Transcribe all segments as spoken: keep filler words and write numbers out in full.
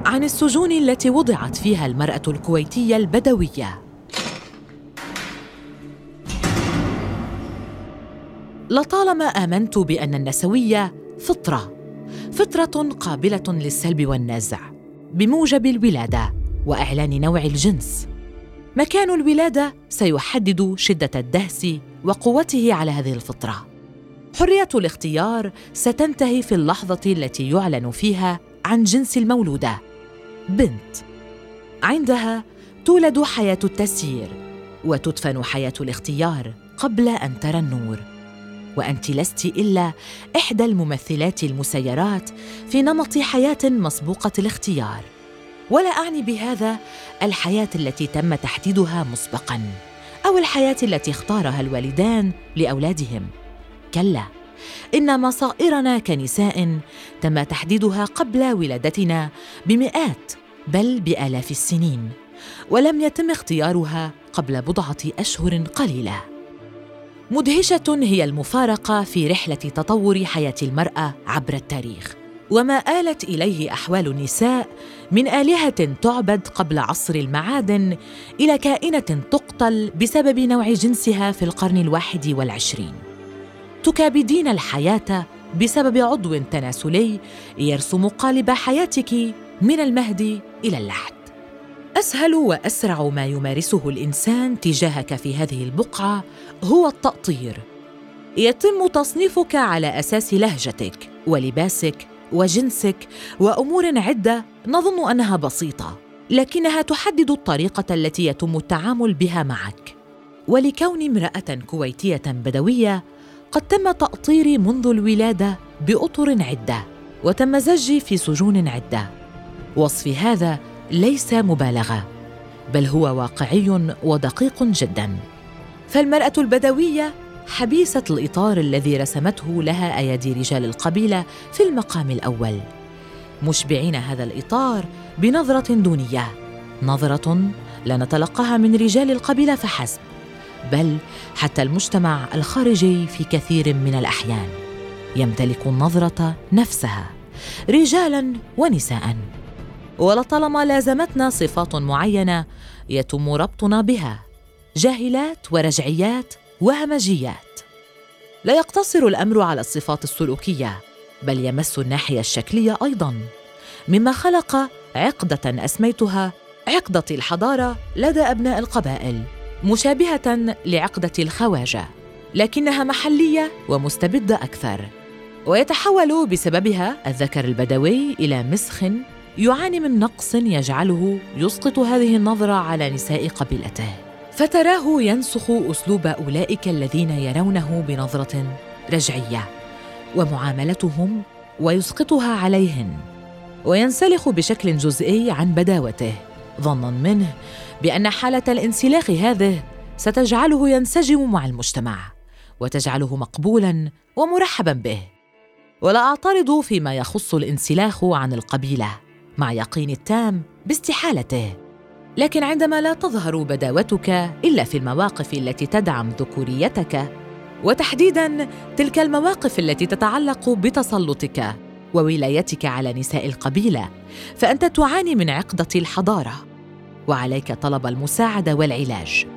عن السجون التي وضعت فيها المرأة الكويتية البدوية. لطالما آمنت بأن النسوية فطرة فطرة قابلة للسلب والنزع بموجب الولادة وإعلان نوع الجنس. مكان الولادة سيحدد شدة الدهس وقوته على هذه الفطرة. حرية الاختيار ستنتهي في اللحظة التي يعلن فيها عن جنس المولودة بنت. عندها تولد حياة التسيير وتدفن حياة الاختيار قبل أن ترى النور. وأنت لست إلا إحدى الممثلات المسيرات في نمط حياة مسبوقة الاختيار. ولا أعني بهذا الحياة التي تم تحديدها مسبقاً أو الحياة التي اختارها الوالدان لأولادهم. كلا، إن مصائرنا كنساء تم تحديدها قبل ولادتنا بمئات بل بآلاف السنين، ولم يتم اختيارها قبل بضعة أشهر قليلة. مدهشة هي المفارقة في رحلة تطور حياة المرأة عبر التاريخ، وما آلت إليه أحوال النساء من آلهة تعبد قبل عصر المعادن إلى كائنة تقتل بسبب نوع جنسها في القرن الواحد والعشرين. تكابدين الحياة بسبب عضو تناسلي يرسم قالب حياتك من المهد إلى اللحد. أسهل وأسرع ما يمارسه الإنسان تجاهك في هذه البقعة هو التأطير. يتم تصنيفك على أساس لهجتك ولباسك وجنسك وأمور عدة نظن أنها بسيطة، لكنها تحدد الطريقة التي يتم التعامل بها معك. ولكون امرأة كويتية بدوية قد تم تأطيري منذ الولادة بأطر عدة وتم زجي في سجون عدة. وصفي هذا ليس مبالغة، بل هو واقعي ودقيق جداً. فالمرأة البدوية حبيسة الإطار الذي رسمته لها أيادي رجال القبيلة في المقام الأول، مشبعين هذا الإطار بنظرة دونية، نظرة لا نتلقاها من رجال القبيلة فحسب، بل حتى المجتمع الخارجي في كثير من الأحيان يمتلك النظرة نفسها رجالاً ونساءً. ولطالما لازمتنا صفات معينة يتم ربطنا بها، جاهلات ورجعيات وهمجيات. لا يقتصر الأمر على الصفات السلوكية، بل يمس الناحية الشكلية أيضاً، مما خلق عقدة أسميتها عقدة الحضارة لدى أبناء القبائل، مشابهة لعقدة الخواجة، لكنها محلية ومستبدة أكثر. ويتحول بسببها الذكر البدوي إلى مسخ يعاني من نقص يجعله يسقط هذه النظرة على نساء قبيلته، فتراه ينسخ أسلوب أولئك الذين يرونه بنظرة رجعية ومعاملتهم ويسقطها عليهن، وينسلخ بشكل جزئي عن بداوته، ظناً منه بأن حالة الانسلاخ هذه ستجعله ينسجم مع المجتمع وتجعله مقبولاً ومرحباً به. ولا أعترض فيما يخص الانسلاخ عن القبيلة مع يقين التام باستحالته، لكن عندما لا تظهر بداوتك إلا في المواقف التي تدعم ذكوريتك، وتحديداً تلك المواقف التي تتعلق بتسلطك وولايتك على نساء القبيلة، فأنت تعاني من عقدة الحضارة، وعليك طلب المساعدة والعلاج.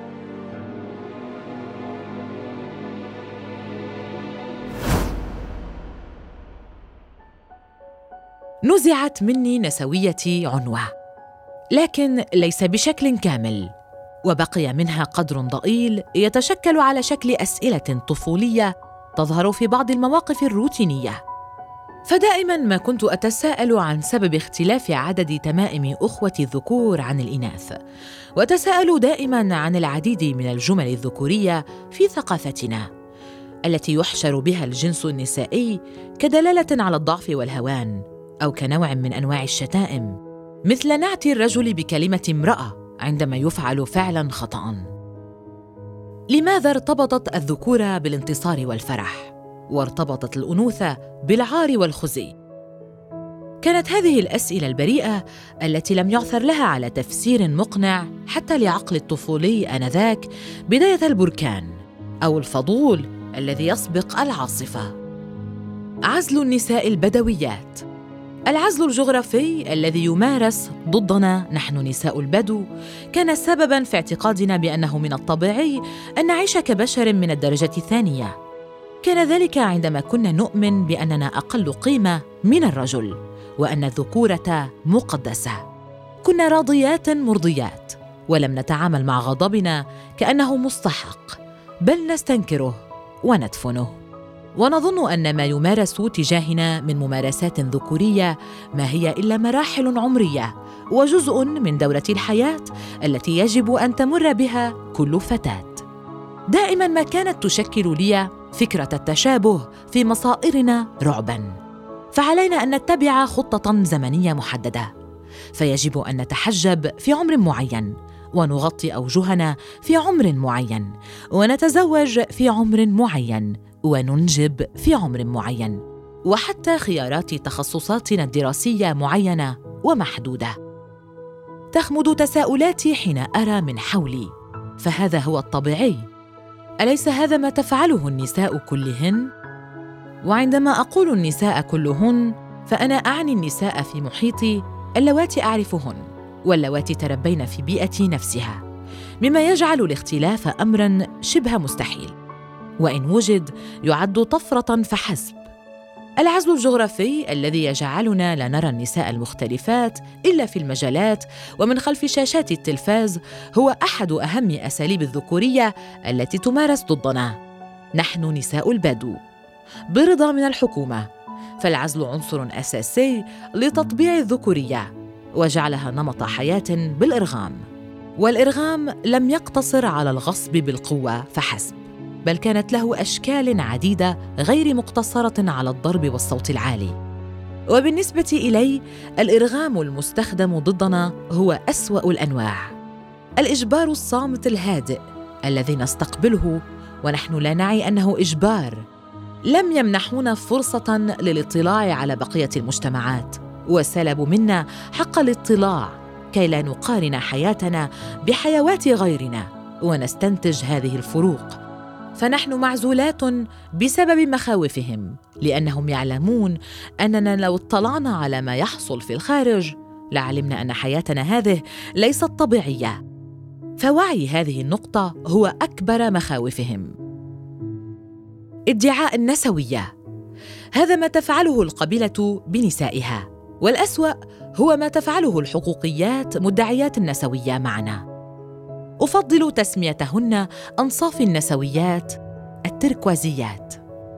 نزعت مني نسويتي عنوة، لكن ليس بشكل كامل، وبقي منها قدر ضئيل يتشكل على شكل أسئلة طفولية تظهر في بعض المواقف الروتينية. فدائماً ما كنت أتساءل عن سبب اختلاف عدد تمائم أخوة الذكور عن الإناث، وأتساءل دائماً عن العديد من الجمل الذكورية في ثقافتنا التي يحشر بها الجنس النسائي كدلالة على الضعف والهوان، أو كنوع من أنواع الشتائم، مثل نعت الرجل بكلمة امرأة عندما يفعل فعلاً خطأ. لماذا ارتبطت الذكورة بالانتصار والفرح، وارتبطت الأنوثة بالعار والخزي؟ كانت هذه الأسئلة البريئة التي لم يعثر لها على تفسير مقنع حتى لعقل الطفولي آنذاك بداية البركان، أو الفضول الذي يسبق العاصفة. عزل النساء البدويات، العزل الجغرافي الذي يمارس ضدنا نحن نساء البدو كان سبباً في اعتقادنا بأنه من الطبيعي أن نعيش كبشر من الدرجة الثانية. كان ذلك عندما كنا نؤمن بأننا أقل قيمة من الرجل وأن الذكورة مقدسة. كنا راضيات مرضيات، ولم نتعامل مع غضبنا كأنه مستحق، بل نستنكره وندفنه. ونظن أن ما يمارس تجاهنا من ممارسات ذكورية ما هي إلا مراحل عمرية وجزء من دورة الحياة التي يجب أن تمر بها كل فتاة. دائماً ما كانت تشكل لي فكرة التشابه في مصائرنا رعباً، فعلينا أن نتبع خطة زمنية محددة، فيجب أن نتحجب في عمر معين، ونغطي أوجهنا في عمر معين، ونتزوج في عمر معين، وننجب في عمر معين، وحتى خيارات تخصصاتنا الدراسية معينة ومحدودة. تخمد تساؤلاتي حين أرى من حولي، فهذا هو الطبيعي؟ أليس هذا ما تفعله النساء كلهن؟ وعندما أقول النساء كلهن فأنا أعني النساء في محيطي اللواتي أعرفهن واللواتي تربين في بيئة نفسها، مما يجعل الاختلاف أمراً شبه مستحيل، وإن وجد يعد طفرة فحسب. العزل الجغرافي الذي يجعلنا لا نرى النساء المختلفات إلا في المجلات ومن خلف شاشات التلفاز هو أحد أهم أساليب الذكورية التي تمارس ضدنا نحن نساء البدو برضا من الحكومة، فالعزل عنصر أساسي لتطبيع الذكورية وجعلها نمط حياة بالإرغام. والإرغام لم يقتصر على الغصب بالقوة فحسب، بل كانت له أشكال عديدة غير مقتصرة على الضرب والصوت العالي. وبالنسبة إلي الإرغام المستخدم ضدنا هو أسوأ الأنواع، الإجبار الصامت الهادئ الذي نستقبله ونحن لا نعي أنه إجبار. لم يمنحونا فرصة للاطلاع على بقية المجتمعات، وسلبوا منا حق الاطلاع كي لا نقارن حياتنا بحيوات غيرنا ونستنتج هذه الفروق. فنحن معزولات بسبب مخاوفهم، لأنهم يعلمون أننا لو اطلعنا على ما يحصل في الخارج لعلمنا أن حياتنا هذه ليست طبيعية. فوعي هذه النقطة هو أكبر مخاوفهم. ادعاء النسوية، هذا ما تفعله القبيلة بنسائها، والأسوأ هو ما تفعله الحقوقيات مدعيات النسوية معنا. أفضل تسميتهن أنصاف النسويات التركوازيات،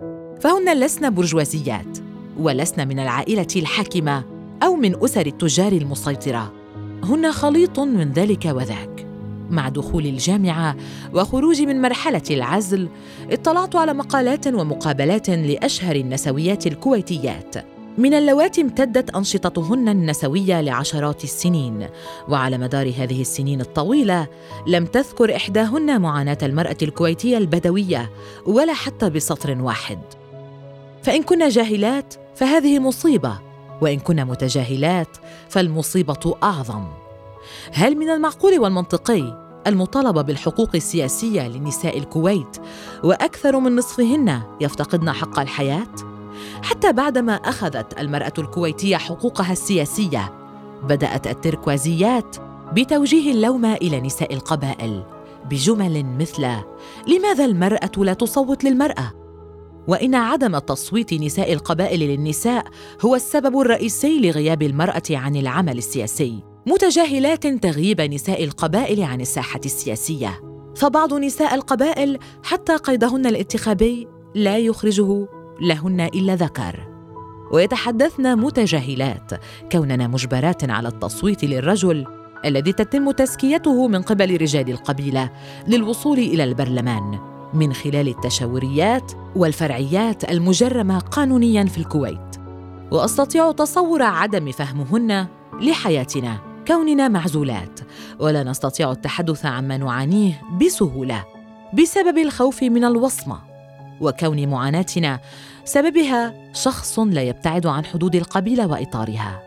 فهن لسن برجوازيات ولسن من العائلة الحاكمة أو من أسر التجار المسيطرة، هن خليط من ذلك وذاك. مع دخول الجامعة وخروجي من مرحلة العزل اطلعت على مقالات ومقابلات لأشهر النسويات الكويتيات، من اللواتي امتدت أنشطتهن النسوية لعشرات السنين، وعلى مدار هذه السنين الطويلة لم تذكر إحداهن معاناة المرأة الكويتية البدوية ولا حتى بسطر واحد. فإن كنا جاهلات فهذه مصيبة، وإن كنا متجاهلات فالمصيبة أعظم. هل من المعقول والمنطقي المطالبة بالحقوق السياسية لنساء الكويت وأكثر من نصفهن يفتقدن حق الحياة؟ حتى بعدما أخذت المرأة الكويتية حقوقها السياسية بدأت التركوازيات بتوجيه اللوم إلى نساء القبائل بجمل مثل لماذا المرأة لا تصوت للمرأة؟ وإن عدم تصويت نساء القبائل للنساء هو السبب الرئيسي لغياب المرأة عن العمل السياسي، متجاهلات تغييب نساء القبائل عن الساحة السياسية. فبعض نساء القبائل حتى قيدهن الانتخابي لا يخرجه لهن إلا ذكر، ويتحدثن متجاهلات كوننا مجبرات على التصويت للرجل الذي تتم تزكيته من قبل رجال القبيلة للوصول إلى البرلمان من خلال التشاوريات والفرعيات المجرمة قانونياً في الكويت. وأستطيع تصور عدم فهمهن لحياتنا كوننا معزولات ولا نستطيع التحدث عما نعانيه بسهولة بسبب الخوف من الوصمة، وكون معاناتنا سببها شخص لا يبتعد عن حدود القبيلة وإطارها.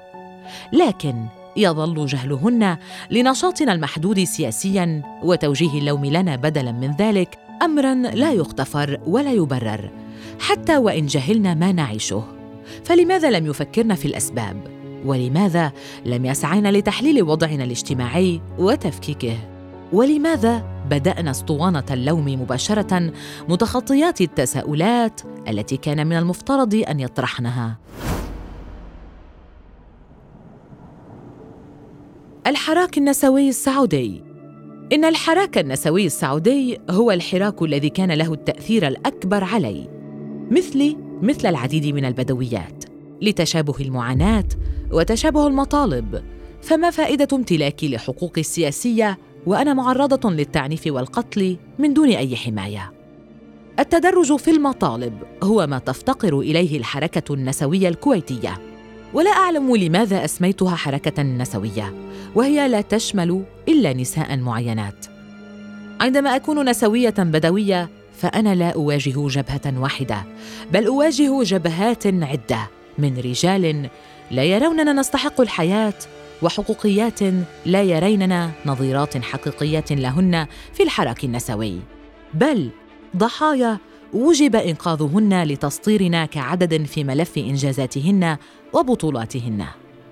لكن يظل جهلهن لنشاطنا المحدود سياسياً وتوجيه اللوم لنا بدلاً من ذلك أمراً لا يغتفر ولا يبرر، حتى وإن جهلنا ما نعيشه. فلماذا لم يفكرن في الأسباب؟ ولماذا لم يسعينا لتحليل وضعنا الاجتماعي وتفكيكه؟ ولماذا بدأنا اسطوانة اللوم مباشرة متخطيات التساؤلات التي كان من المفترض أن يطرحنها؟ الحراك النسوي السعودي. إن الحراك النسوي السعودي هو الحراك الذي كان له التأثير الأكبر علي، مثلي مثل العديد من البدويات، لتشابه المعاناة وتشابه المطالب. فما فائدة امتلاكي لحقوقي السياسية وأنا معرضة للتعنيف والقتل من دون أي حماية؟ التدرج في المطالب هو ما تفتقر إليه الحركة النسوية الكويتية، ولا أعلم لماذا أسميتها حركة نسوية وهي لا تشمل إلا نساء معينات. عندما أكون نسوية بدوية فأنا لا أواجه جبهة واحدة، بل أواجه جبهات عدة من رجال لا يروننا نستحق الحياة، وحقوقيات لا يريننا نظيرات حقيقيات لهن في الحراك النسوي، بل ضحايا وجب إنقاذهن لتسطيرنا كعدد في ملف إنجازاتهن وبطولاتهن.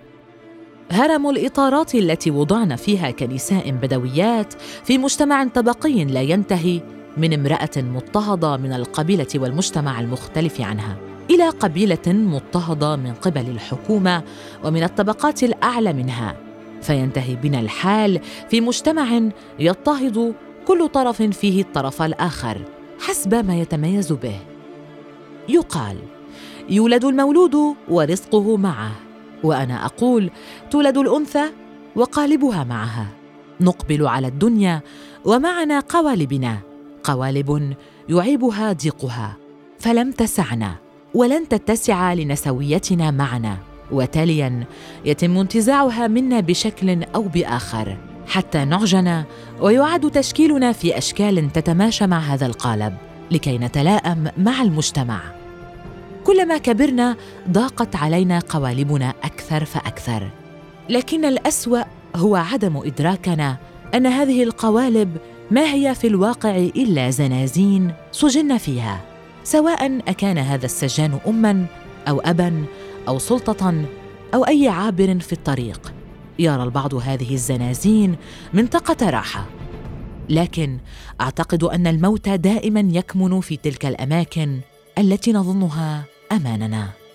هرم الإطارات التي وضعنا فيها كنساء بدويات في مجتمع طبقي لا ينتهي، من امرأة مضطهدة من القبيلة والمجتمع المختلف عنها إلى قبيلة مضطهدة من قبل الحكومة ومن الطبقات الأعلى منها، فينتهي بنا الحال في مجتمع يضطهد كل طرف فيه الطرف الآخر حسب ما يتميز به. يقال: يولد المولود ورزقه معه، وأنا أقول: تولد الأنثى وقالبها معها. نقبل على الدنيا ومعنا قوالبنا، قوالب يعيبها ضيقها، فلم تسعنا ولن تتسع لنسويتنا معنا، وتالياً يتم انتزاعها منا بشكل أو بآخر حتى نعجن ويعاد تشكيلنا في أشكال تتماشى مع هذا القالب لكي نتلائم مع المجتمع. كلما كبرنا ضاقت علينا قوالبنا أكثر فأكثر، لكن الأسوأ هو عدم إدراكنا أن هذه القوالب ما هي في الواقع إلا زنازين سجن فيها، سواء أكان هذا السجان أماً أو أباً أو سلطة أو أي عابر في الطريق. يرى البعض هذه الزنازين منطقة راحة، لكن أعتقد أن الموت دائماً يكمن في تلك الأماكن التي نظنها أماننا.